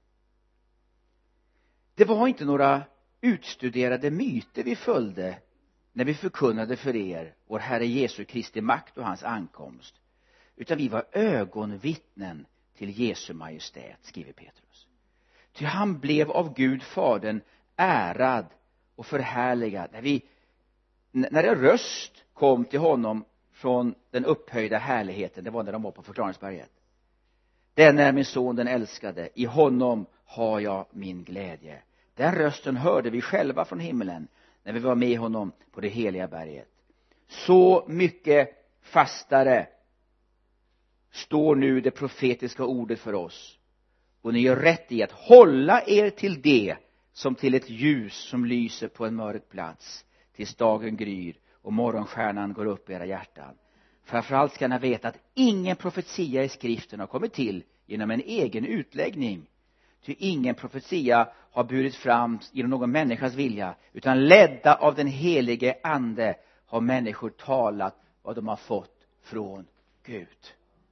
Det var inte några utstuderade myter vi följde när vi förkunnade för er vår Herre Jesu Kristi makt och hans ankomst, utan vi var ögonvittnen till Jesu majestät, skriver Petrus. Ty han blev av Gud Fadern ärad och förhärligad när vi när en röst kom till honom från den upphöjda härligheten. Det var när de var på förklaringsberget. Den är min son, den älskade. I honom har jag min glädje. Den rösten hörde vi själva från himlen när vi var med honom på det heliga berget. Så mycket fastare står nu det profetiska ordet för oss. Och ni gör rätt i att hålla er till det som till ett ljus som lyser på en mörk plats, tills dagen gryr och morgonstjärnan går upp i era hjärtan. Framförallt ska ni veta att ingen profetia i skriften har kommit till genom en egen utläggning. Ty ingen profetia har burit fram genom någon människas vilja, utan ledda av den helige ande har människor talat vad de har fått från Gud.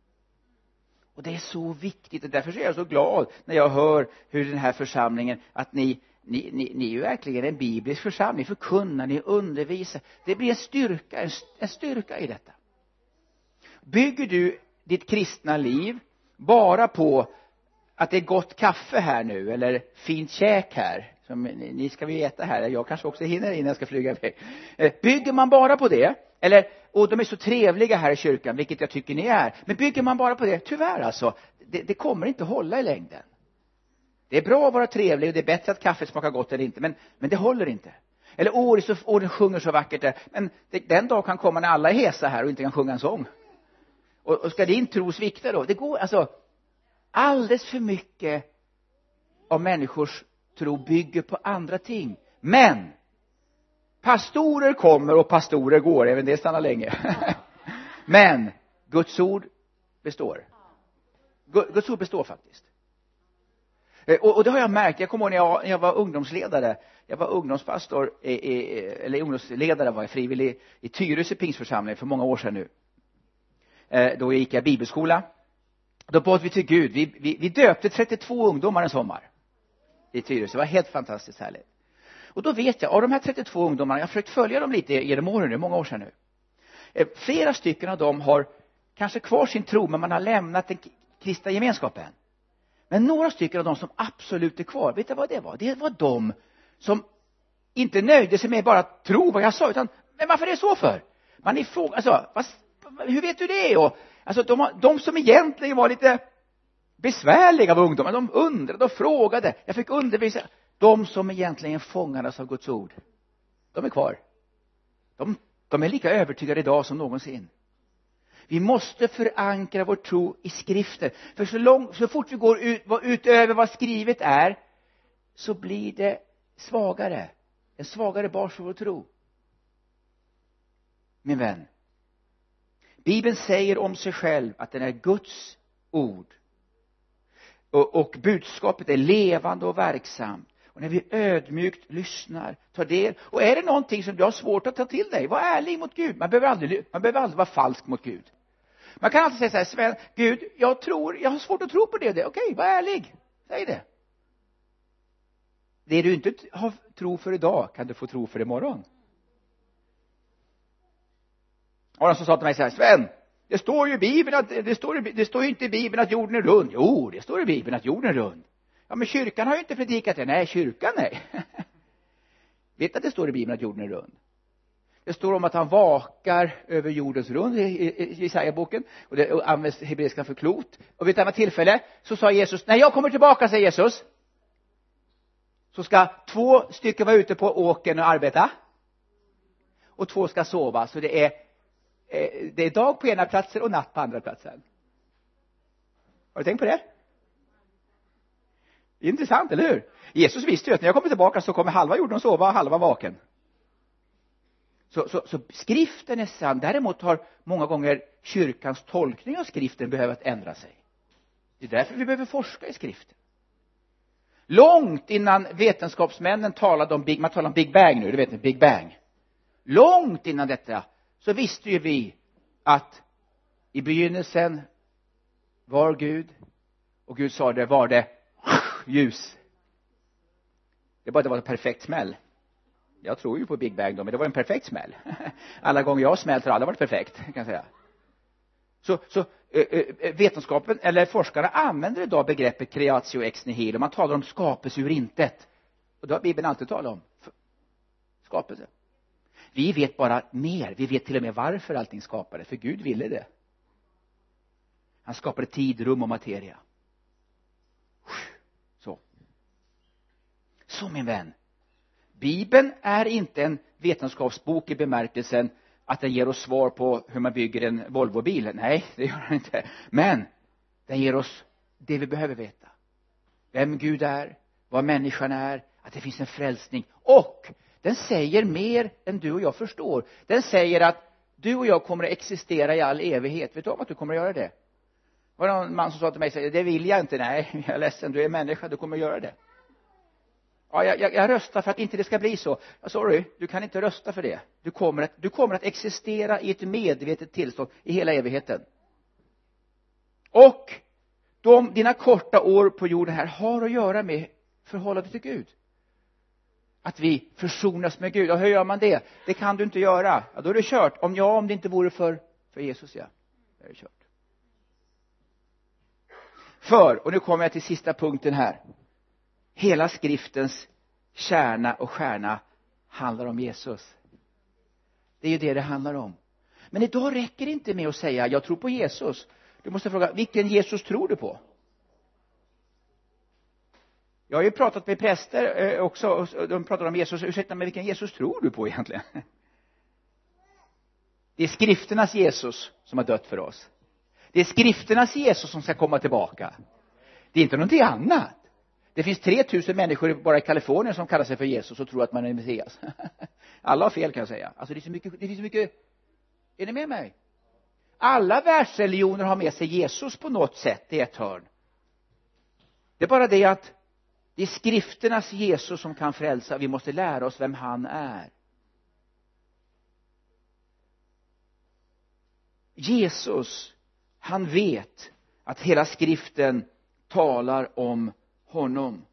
Och det är så viktigt, och därför är jag så glad när jag hör hur den här församlingen, att ni, ni, ni, ni är ju verkligen en biblisk församling, ni förkunnar, ni undervisar. Det blir en styrka, en, en styrka i detta. Bygger du ditt kristna liv bara på att det är gott kaffe här nu, eller fint käk här, som ni, ni ska vi äta här, jag kanske också hinner innan jag ska flyga iväg. Bygger man bara på det, eller, och de är så trevliga här i kyrkan, vilket jag tycker ni är, men bygger man bara på det, tyvärr alltså, det, det kommer inte hålla i längden. Det är bra att vara trevlig och det är bättre att kaffet smakar gott eller inte, men, men det håller inte. Eller åh, så, åh, den sjunger så vackert där, men det, den dag kan komma när alla är hesa här och inte kan sjunga en sång. Och, och ska din tro svikta då? Det går, alltså, alldeles för mycket av människors tro bygger på andra ting. Men pastorer kommer och pastorer går, även det stannar länge. Men Guds ord består. Guds ord består faktiskt. Och, och det har jag märkt. Jag kommer ihåg när jag, när jag var ungdomsledare. Jag var ungdomspastor, i, i, eller ungdomsledare var jag frivillig i Tyresö Pingstförsamling för många år sedan nu. Då gick jag bibelskola. Då bad vi till Gud. Vi, vi, vi döpte trettiotvå ungdomar en sommar i Tyresö. Det var helt fantastiskt härligt. Och då vet jag, av de här trettiotvå ungdomarna, jag har försökt följa dem lite genom åren nu, många år sedan nu. Flera stycken av dem har kanske kvar sin tro, men man har lämnat den kristna gemenskapen. Men några stycken av dem som absolut är kvar, vet du vad det var? Det var de som inte nöjde sig med bara att tro vad jag sa, utan, men varför är det så för? Man är fråga, alltså, vad, hur vet du det? Och, alltså, de, de som egentligen var lite besvärliga av ungdomar, de undrade och frågade. Jag fick undervisa. De som egentligen fångades av Guds ord, de är kvar. De, de är lika övertygade idag som någonsin. Vi måste förankra vår tro i skriften. För så, lång, så fort vi går ut, utöver vad skrivet är, så blir det svagare. En svagare bas för vår tro. Min vän, Bibeln säger om sig själv att den är Guds ord. Och, och budskapet är levande och verksamt. Och när vi ödmjukt lyssnar, tar del. Och är det någonting som du har svårt att ta till dig, var ärlig mot Gud. Man behöver aldrig, man behöver aldrig vara falsk mot Gud. Man kan alltid säga så här, Sven, Gud, jag tror, jag har svårt att tro på det. det. Okej, var ärlig. Säg det. Det du inte har tro för idag kan du få tro för imorgon. Och någon som sa till mig så här, Sven, det står ju i Bibeln att, det står, det står ju inte i Bibeln att jorden är rund. Jo, det står i Bibeln att jorden är rund. Ja, men kyrkan har ju inte predikat det. Nej, kyrkan nej. Vet du att det står i Bibeln att jorden är rund? Det står om att han vakar över jordens rund i, i, i Jesaja-boken. Och det används hebreiska för klot. Och vid ett annat tillfälle så sa Jesus, när jag kommer tillbaka, säger Jesus, så ska två stycken vara ute på åkern och arbeta. Och två ska sova. Så det är, eh, det är dag på ena platsen och natt på andra platsen. Har du tänkt på det? Det är intressant, eller hur? Jesus visste ju att när jag kommer tillbaka så kommer halva jorden att sova och halva vaken. Så, så, så skriften är sann. Däremot har många gånger kyrkans tolkning av skriften behövt ändra sig. Det är därför vi behöver forska i skriften. Långt innan vetenskapsmännen talade om Big, man talar om Big Bang nu, du vet, Big Bang. Långt innan detta så visste ju vi att i begynnelsen var Gud, och Gud sa det, var det ljus. Det bara det var en perfekt smäll. Jag tror ju på Big Bang då, men det var en perfekt smäll. Alla gånger jag har smält har alla varit perfekt, kan jag säga. Så, så äh, vetenskapen, eller forskarna använder idag begreppet creatio ex nihilo. Man talar om skapelse ur intet. Och det har Bibeln alltid talat om. Skapelse. Vi vet bara mer. Vi vet till och med varför allting skapades. För Gud ville det. Han skapade tid, rum och materia. Så. Så min vän. Bibeln är inte en vetenskapsbok i bemärkelsen att den ger oss svar på hur man bygger en Volvo-bil. Nej, det gör den inte. Men den ger oss det vi behöver veta. Vem Gud är, vad människan är, att det finns en frälsning. Och den säger mer än du och jag förstår. Den säger att du och jag kommer att existera i all evighet. Vet du om att du kommer att göra det? var någon man som sa till mig, det vill jag inte. Nej, jag är ledsen, du är människa, du kommer göra det. Ja, jag, jag, jag röstar för att inte det ska bli så. Ja, sorry, du kan inte rösta för det. Du kommer, att, du kommer att existera i ett medvetet tillstånd i hela evigheten. Och de, dina korta år på jorden här har att göra med förhållandet till Gud. Att vi försonas med Gud. Och hur gör man det? Det kan du inte göra. Ja, då är det kört. Om jag, om det inte vore för, för Jesus, ja. Då är det kört. För, och nu kommer jag till sista punkten här. Hela skriftens kärna och stjärna handlar om Jesus. Det är ju det det handlar om. Men idag räcker det inte med att säga, jag tror på Jesus. Du måste fråga, vilken Jesus tror du på? Jag har ju pratat med präster också, och de pratar om Jesus. Ursäkta, men vilken Jesus tror du på egentligen? Det är skrifternas Jesus som har dött för oss. Det är skrifternas Jesus som ska komma tillbaka. Det är inte någonting annat. Det finns tre tusen människor bara i Kalifornien som kallar sig för Jesus och tror att man är Messias. Alla har fel, kan jag säga. Alltså det är så mycket, det finns så mycket. Är ni med mig? Alla världsreligioner har med sig Jesus på något sätt i ett hörn. Det är bara det att det är skrifternas Jesus som kan frälsa. Vi måste lära oss vem han är. Jesus, han vet att hela skriften talar om honom.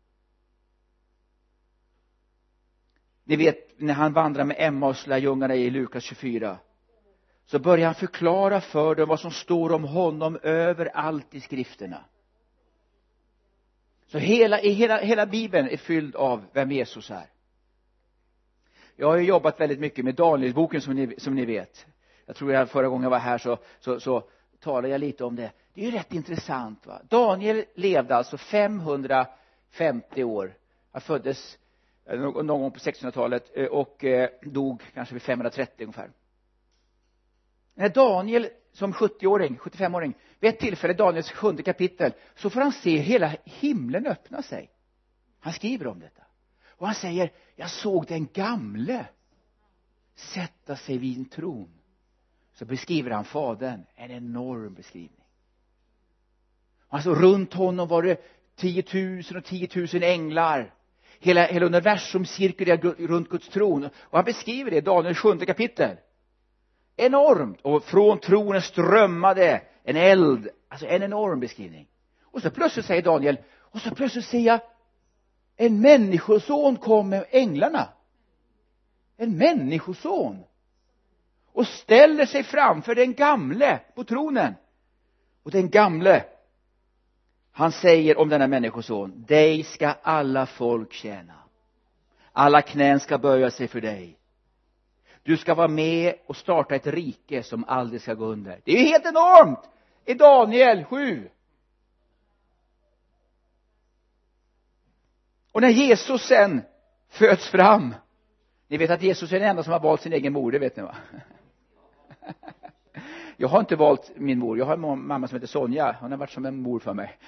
Ni vet, när han vandrar med Emmaus lärjungarna i Lukas tjugofyra, så börjar han förklara för dem vad som står om honom överallt i skrifterna. Så hela, hela, hela Bibeln är fylld av vem Jesus är. Jag har ju jobbat väldigt mycket med Danielboken, som ni, som ni vet. Jag tror jag förra gången jag var här så, så, så talade jag lite om det. Det är ju rätt intressant, va? Daniel levde alltså femhundrafemtio år. Han föddes någon gång på sextonhundratalet och dog kanske vid femhundratrettio ungefär. När Daniel som sjuttioåring, sjuttiofemåring, vid ett tillfälle, Daniels sjunde kapitel, så får han se hela himlen öppna sig. Han skriver om detta. Och han säger, jag såg den gamle sätta sig vid en tron. Så beskriver han fadern, en enorm beskrivning. Alltså runt honom var det tiotusen och tiotusen änglar. Hela, hela universum cirkulerar runt Guds tron. Och han beskriver det i Daniels sjunde kapitel. Enormt. Och från tronen strömmade en eld. Alltså en enorm beskrivning. Och så plötsligt säger Daniel, och så plötsligt ser jag en människoson kom med änglarna. En människoson. Och ställer sig framför den gamle på tronen. Och den gamle, han säger om denna människoson, dig ska alla folk tjäna. Alla knän ska böja sig för dig. Du ska vara med och starta ett rike som aldrig ska gå under. Det är ju helt enormt i Daniel sju. Och när Jesus sen föds fram, ni vet att Jesus är den enda som har valt sin egen mor, det vet ni, va? Jag har inte valt min mor. Jag har en mamma som heter Sonja. Hon har varit som en mor för mig.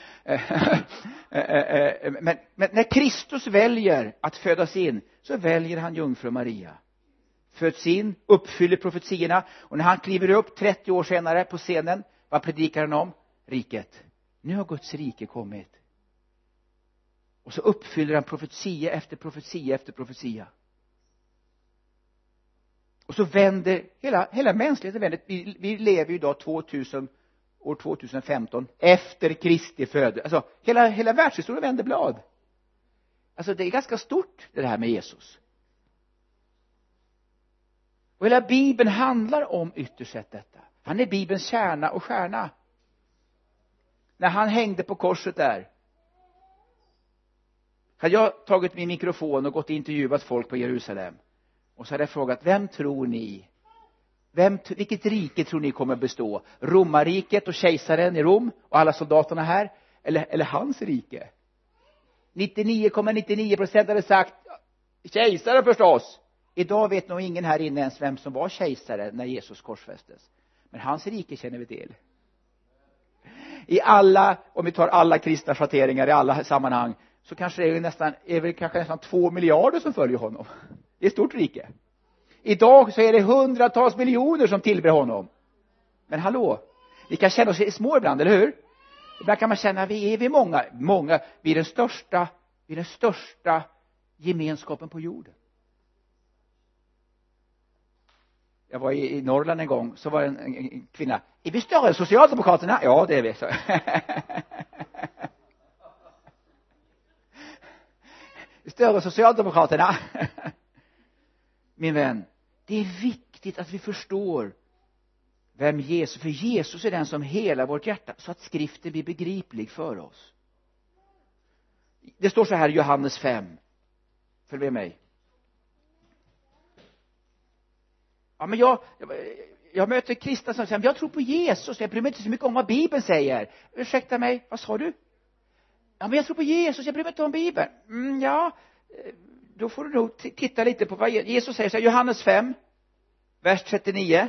men, men när Kristus väljer att födas in, så väljer han jungfru Maria. Föds in, uppfyller profetierna. Och när han kliver upp trettio år senare på scenen, vad predikar han om? Riket. Nu har Guds rike kommit. Och så uppfyller han profetia efter profetia efter profetia. Och så vänder hela, hela mänskligheten vänder. Vi, vi lever ju idag tvåtusen, år tjugohundrafemton efter Kristi födelse. Alltså hela, hela världshistorien vänder blad. Alltså det är ganska stort det här med Jesus. Och hela Bibeln handlar om ytterst sett detta. Han är Bibelns kärna och stjärna. När han hängde på korset där, hade jag tagit min mikrofon och gått och intervjuat folk på Jerusalem. Och så hade jag frågat, vem tror ni? Vem, vilket rike tror ni kommer bestå? Romarriket och kejsaren i Rom och alla soldaterna här? Eller, eller hans rike? nittionio komma nittionio procent hade sagt, kejsaren förstås. Idag vet nog ingen här inne ens vem som var kejsare när Jesus korsfästes. Men hans rike känner vi till. I alla, om vi tar alla kristna schatteringar i alla sammanhang, så kanske det är nästan, är väl kanske nästan två miljarder som följer honom. Det är ett stort rike. Idag så är det hundratals miljoner som tillber honom. Men hallå, Vi kan känna oss små ibland, eller hur? Ibland kan man känna att vi är vi många, många, vi är den största, vi är den största gemenskapen på jorden. Jag var i, i Norrland en gång, så var det en, en, en kvinna. Är vi större än Socialdemokraterna? Ja, det är vi. Så. Större än Socialdemokraterna. Min vän, det är viktigt att vi förstår vem Jesus, för Jesus är den som helar vårt hjärta så att skriften blir begriplig för oss. Det står så här i Johannes fem. Följ med mig. Ja, men jag, jag, jag möter kristna som säger, jag tror på Jesus, jag bryr mig inte så mycket om vad Bibeln säger. Ursäkta mig, vad sa du? Ja, men jag tror på Jesus, jag bryr mig inte om Bibeln. Mm, ja, då får du nog t- titta lite på vad Jesus säger. Så Johannes fem, vers trettionio.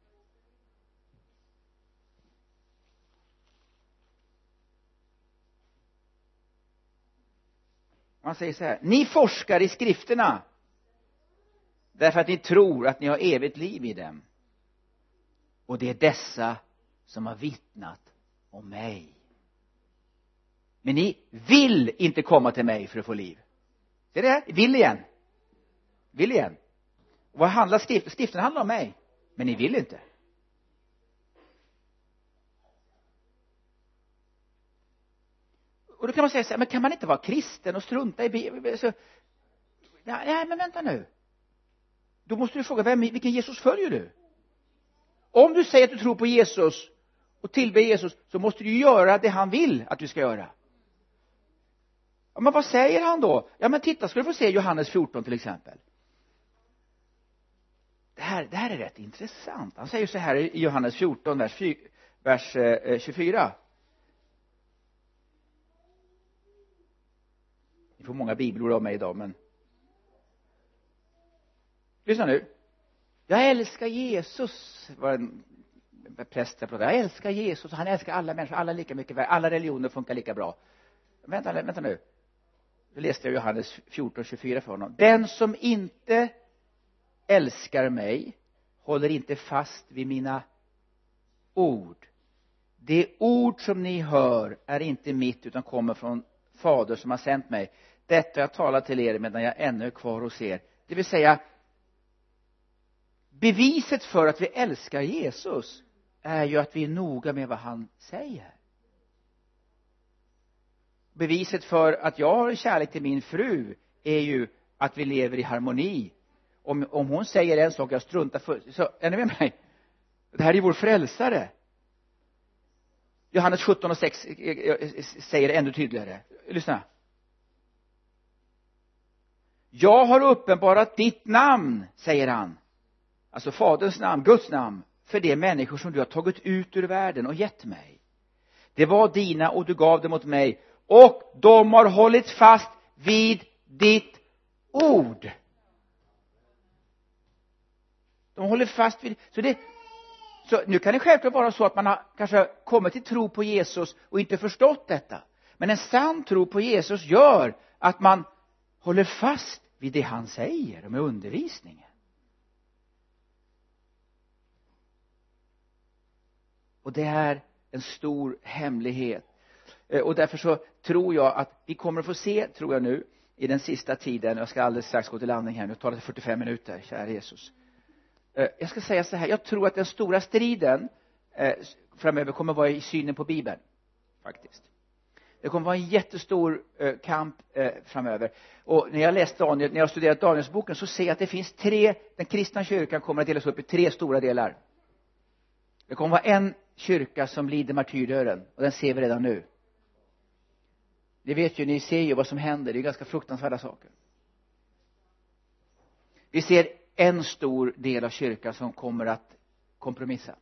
Han säger så här: ni forskar i skrifterna därför att ni tror att ni har evigt liv i dem. Och det är dessa som har vittnat om mig. Men ni vill inte komma till mig för att få liv. Det är det, vill igen. Vill igen. Och vad handlar skriften? Skriften handlar om mig. Men ni vill inte. Och då kan man säga så här, men kan man inte vara kristen och strunta i Bibeln? Så, nej, men vänta nu. Då måste du fråga, vem, vilken Jesus följer du? Om du säger att du tror på Jesus och tillber Jesus, så måste du göra det han vill att du ska göra. Ja, men vad säger han då? Ja, men titta, ska du få se Johannes fjorton till exempel. Det här, det här är rätt intressant. Han säger så här i Johannes fjorton, vers, vers eh, tjugofyra. Ni får många bibelord av mig idag, men lyssna nu. Jag älskar Jesus, var en präst jag pratade. Jag älskar Jesus, han älskar alla människor, alla lika mycket, alla religioner funkar lika bra. Vänta, vänta nu. Då läste jag Johannes fjorton tjugofyra för honom. Den som inte älskar mig håller inte fast vid mina ord. Det ord som ni hör är inte mitt utan kommer från Fader som har sänt mig. Detta jag talar till er medan jag ännu är kvar hos er. Det vill säga, beviset för att vi älskar Jesus är ju att vi är noga med vad han säger. Beviset för att jag har en kärlek till min fru är ju att vi lever i harmoni. Om, om hon säger en sak, jag struntar för, så är ni med mig? Det här är ju vår frälsare. Johannes sjutton och sex säger det ännu tydligare. Lyssna. Jag har uppenbarat ditt namn, säger han. Alltså Faderns namn, Guds namn, för de människor som du har tagit ut ur världen och gett mig. Det var dina och du gav dem åt mig. Och de har hållit fast vid ditt ord. De håller fast vid, så det, så nu kan det självklart vara så att man har kanske kommit till tro på Jesus och inte förstått detta. Men en sann tro på Jesus gör att man håller fast vid det han säger med undervisningen. Och det är en stor hemlighet. Och därför så tror jag att vi kommer att få se, tror jag nu, i den sista tiden. Jag ska alldeles strax gå till landning här. Nu tar det fyrtiofem minuter, kära Jesus. Jag ska säga så här. Jag tror att den stora striden framöver kommer att vara i synen på Bibeln. Faktiskt. Det kommer att vara en jättestor kamp framöver. Och när jag läst Daniel, när jag har studerat Danielsboken, så ser jag att det finns tre, den kristna kyrkan kommer att delas upp i tre stora delar. Det kommer att vara en kyrka som lider martyrdöden, och den ser vi redan nu. Ni vet ju, ni ser ju vad som händer. Det är ganska fruktansvärda saker. Vi ser en stor del av kyrkan som kommer att kompromissa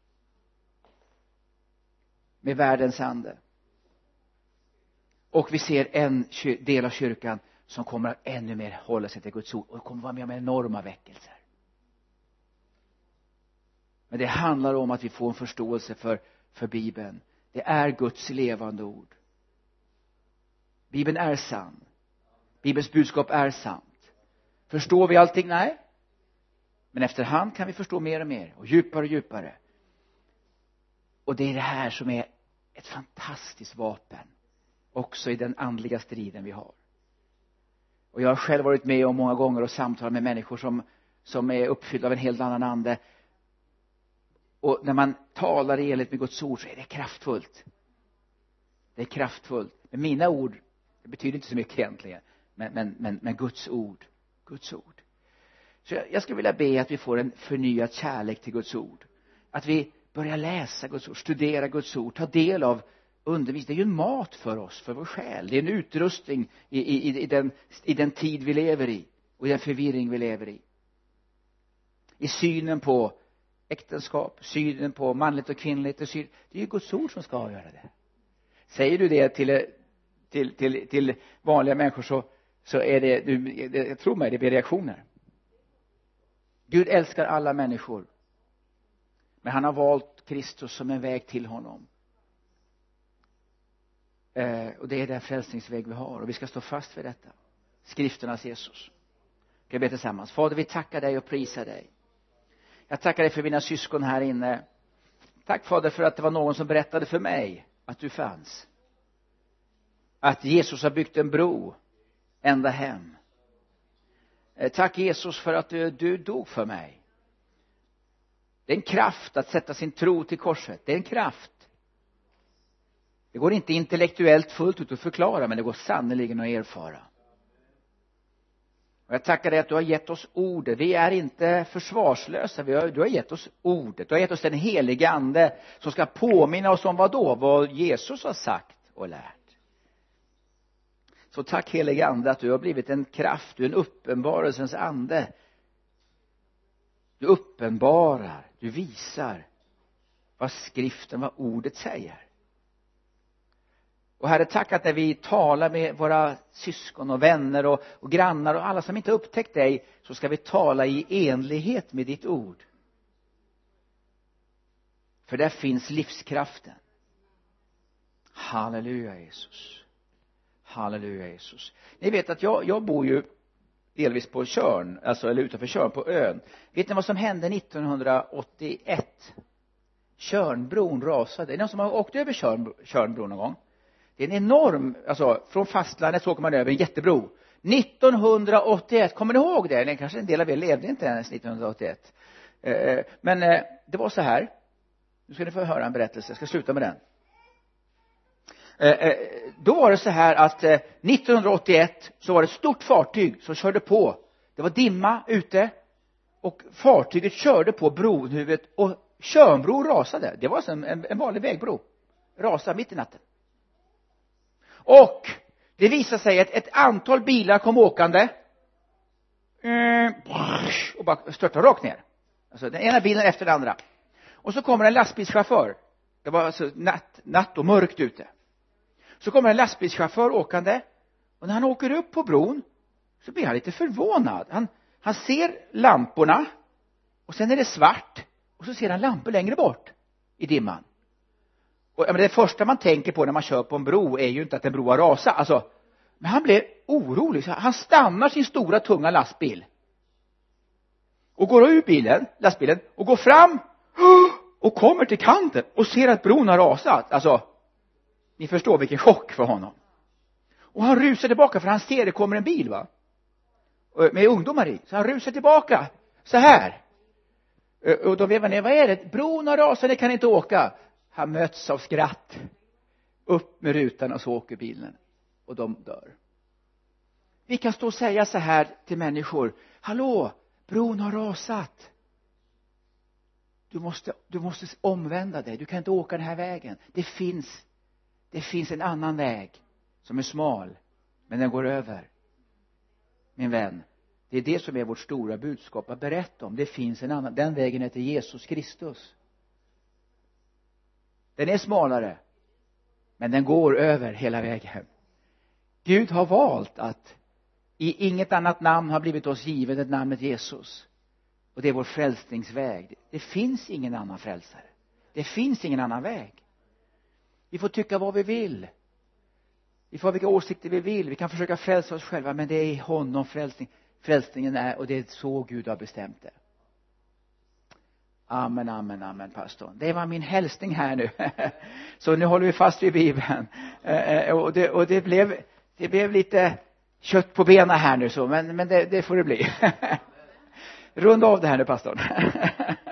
med världens ande. Och vi ser en del av kyrkan som kommer att ännu mer hålla sig till Guds ord och kommer att vara med om enorma väckelser. Men det handlar om att vi får en förståelse för, för Bibeln. Det är Guds levande ord. Bibeln är sann. Bibelns budskap är sant. Förstår vi allting? Nej. Men efterhand kan vi förstå mer och mer och djupare och djupare. Och det är det här som är ett fantastiskt vapen också i den andliga striden vi har. Och jag har själv varit med om många gånger och samtalat med människor som, som är uppfyllda av en helt annan ande. Och när man talar i enlighet med Guds ord så är det kraftfullt. Det är kraftfullt. Men mina ord, det betyder inte så mycket egentligen. Men, men, men, men Guds ord. Guds ord. Så jag, jag skulle vilja be att vi får en förnyad kärlek till Guds ord. Att vi börjar läsa Guds ord, studera Guds ord, ta del av undervisning. Det är ju en mat för oss, för vår själ. Det är en utrustning i, i, i, den, i den tid vi lever i. Och i den förvirring vi lever i. I synen på äktenskap, synen på manligt och kvinnligt. Och syn, det är ju Guds ord som ska avgöra det. Säger du det till, till, till, till vanliga människor så, så är det, du, jag tror mig, det blir reaktioner. Gud älskar alla människor. Men han har valt Kristus som en väg till honom. Eh, och det är den frälsningsväg vi har. Och vi ska stå fast vid detta. Skrifternas Jesus. Ska vi be tillsammans. Fader, vi tackar dig och prisar dig. Jag tackar dig för mina syskon här inne. Tack Fader för att det var någon som berättade för mig att du fanns. Att Jesus har byggt en bro ända hem. Eh, tack Jesus för att du, du dog för mig. Det är en kraft att sätta sin tro till korset. Det är en kraft. Det går inte intellektuellt fullt ut att förklara, men det går sannoliken att erfara. Och jag tackar dig att du har gett oss ordet. Vi är inte försvarslösa. Vi har, du har gett oss ordet. Du har gett oss den helige ande som ska påminna oss om vad då? Vad Jesus har sagt och lärt. Så tack helige ande att du har blivit en kraft. Du är en uppenbarelsens ande. Du uppenbarar. Du visar vad skriften, vad ordet säger. Och Herre, tack att när vi talar med våra syskon och vänner och, och grannar och alla som inte upptäckt dig, så ska vi tala i enlighet med ditt ord. För där finns livskraften. Halleluja Jesus. Halleluja Jesus. Ni vet att jag, jag bor ju delvis på Tjörn, alltså eller utanför Tjörn på ön. Vet ni vad som hände nittonhundraåttioett? Tjörnbron rasade. Är det någon som har åkt över Tjörn, Tjörnbron någon gång? Det är en enorm, alltså från fastlandet så åker man över en jättebro. nittonhundraåttioett, kommer ni ihåg det? Eller kanske en del av er levde inte ens nittonhundraåttioett. Eh, men eh, det var så här. Nu ska ni få höra en berättelse, jag ska sluta med den. Eh, eh, då var det så här att eh, nittonhundraåttioett så var det ett stort fartyg som körde på. Det var dimma ute och fartyget körde på brohuvudet och Tjörnbron rasade. Det var alltså en, en, en vanlig vägbro. Rasade mitt i natten. Och det visade sig att ett antal bilar kom åkande och bara störtade rakt ner. Alltså den ena bilen efter den andra. Och så kommer en lastbilschaufför. Det var alltså natt, natt och mörkt ute. Så kommer en lastbilschaufför åkande. Och när han åker upp på bron så blir han lite förvånad. Han, han ser lamporna och sen är det svart. Och så ser han lampor längre bort i dimman. Och men det första man tänker på när man kör på en bro är ju inte att en bro har rasat. Alltså, men han blir orolig. Så han stannar sin stora tunga lastbil. Och går ur bilen, lastbilen. Och går fram. Och kommer till kanten. Och ser att bron har rasat. Alltså, ni förstår vilken chock för honom. Och han rusar tillbaka för han ser det kommer en bil va. Med ungdomar i. Så han rusar tillbaka. Så här. Och då vevar ner, vad är det? Bron har rasat, det kan inte åka. Han möts av skratt. Upp med rutan och så åker bilen. Och de dör. Vi kan stå och säga så här till människor. Hallå, bron har rasat. Du måste, du måste omvända dig. Du kan inte åka den här vägen. Det finns, det finns en annan väg som är smal. Men den går över. Min vän. Det är det som är vårt stora budskap att berätta om. Det finns en annan. Den vägen heter Jesus Kristus. Den är smalare. Men den går över hela vägen. Gud har valt att i inget annat namn har blivit oss givet ett namnet Jesus. Och det är vår frälsningsväg. Det finns ingen annan frälsare. Det finns ingen annan väg. Vi får tycka vad vi vill. Vi får ha vilka åsikter vi vill. Vi kan försöka frälsa oss själva. Men det är i honom frälsning. Frälsningen är, och det är så Gud har bestämt det. Amen, amen, amen, pastorn. Det var min hälsning här nu. Så nu håller vi fast vid Bibeln. Och det, och det blev, det blev lite kött på benen här nu så. Men, men det, det får det bli. Runda av det här nu, pastorn.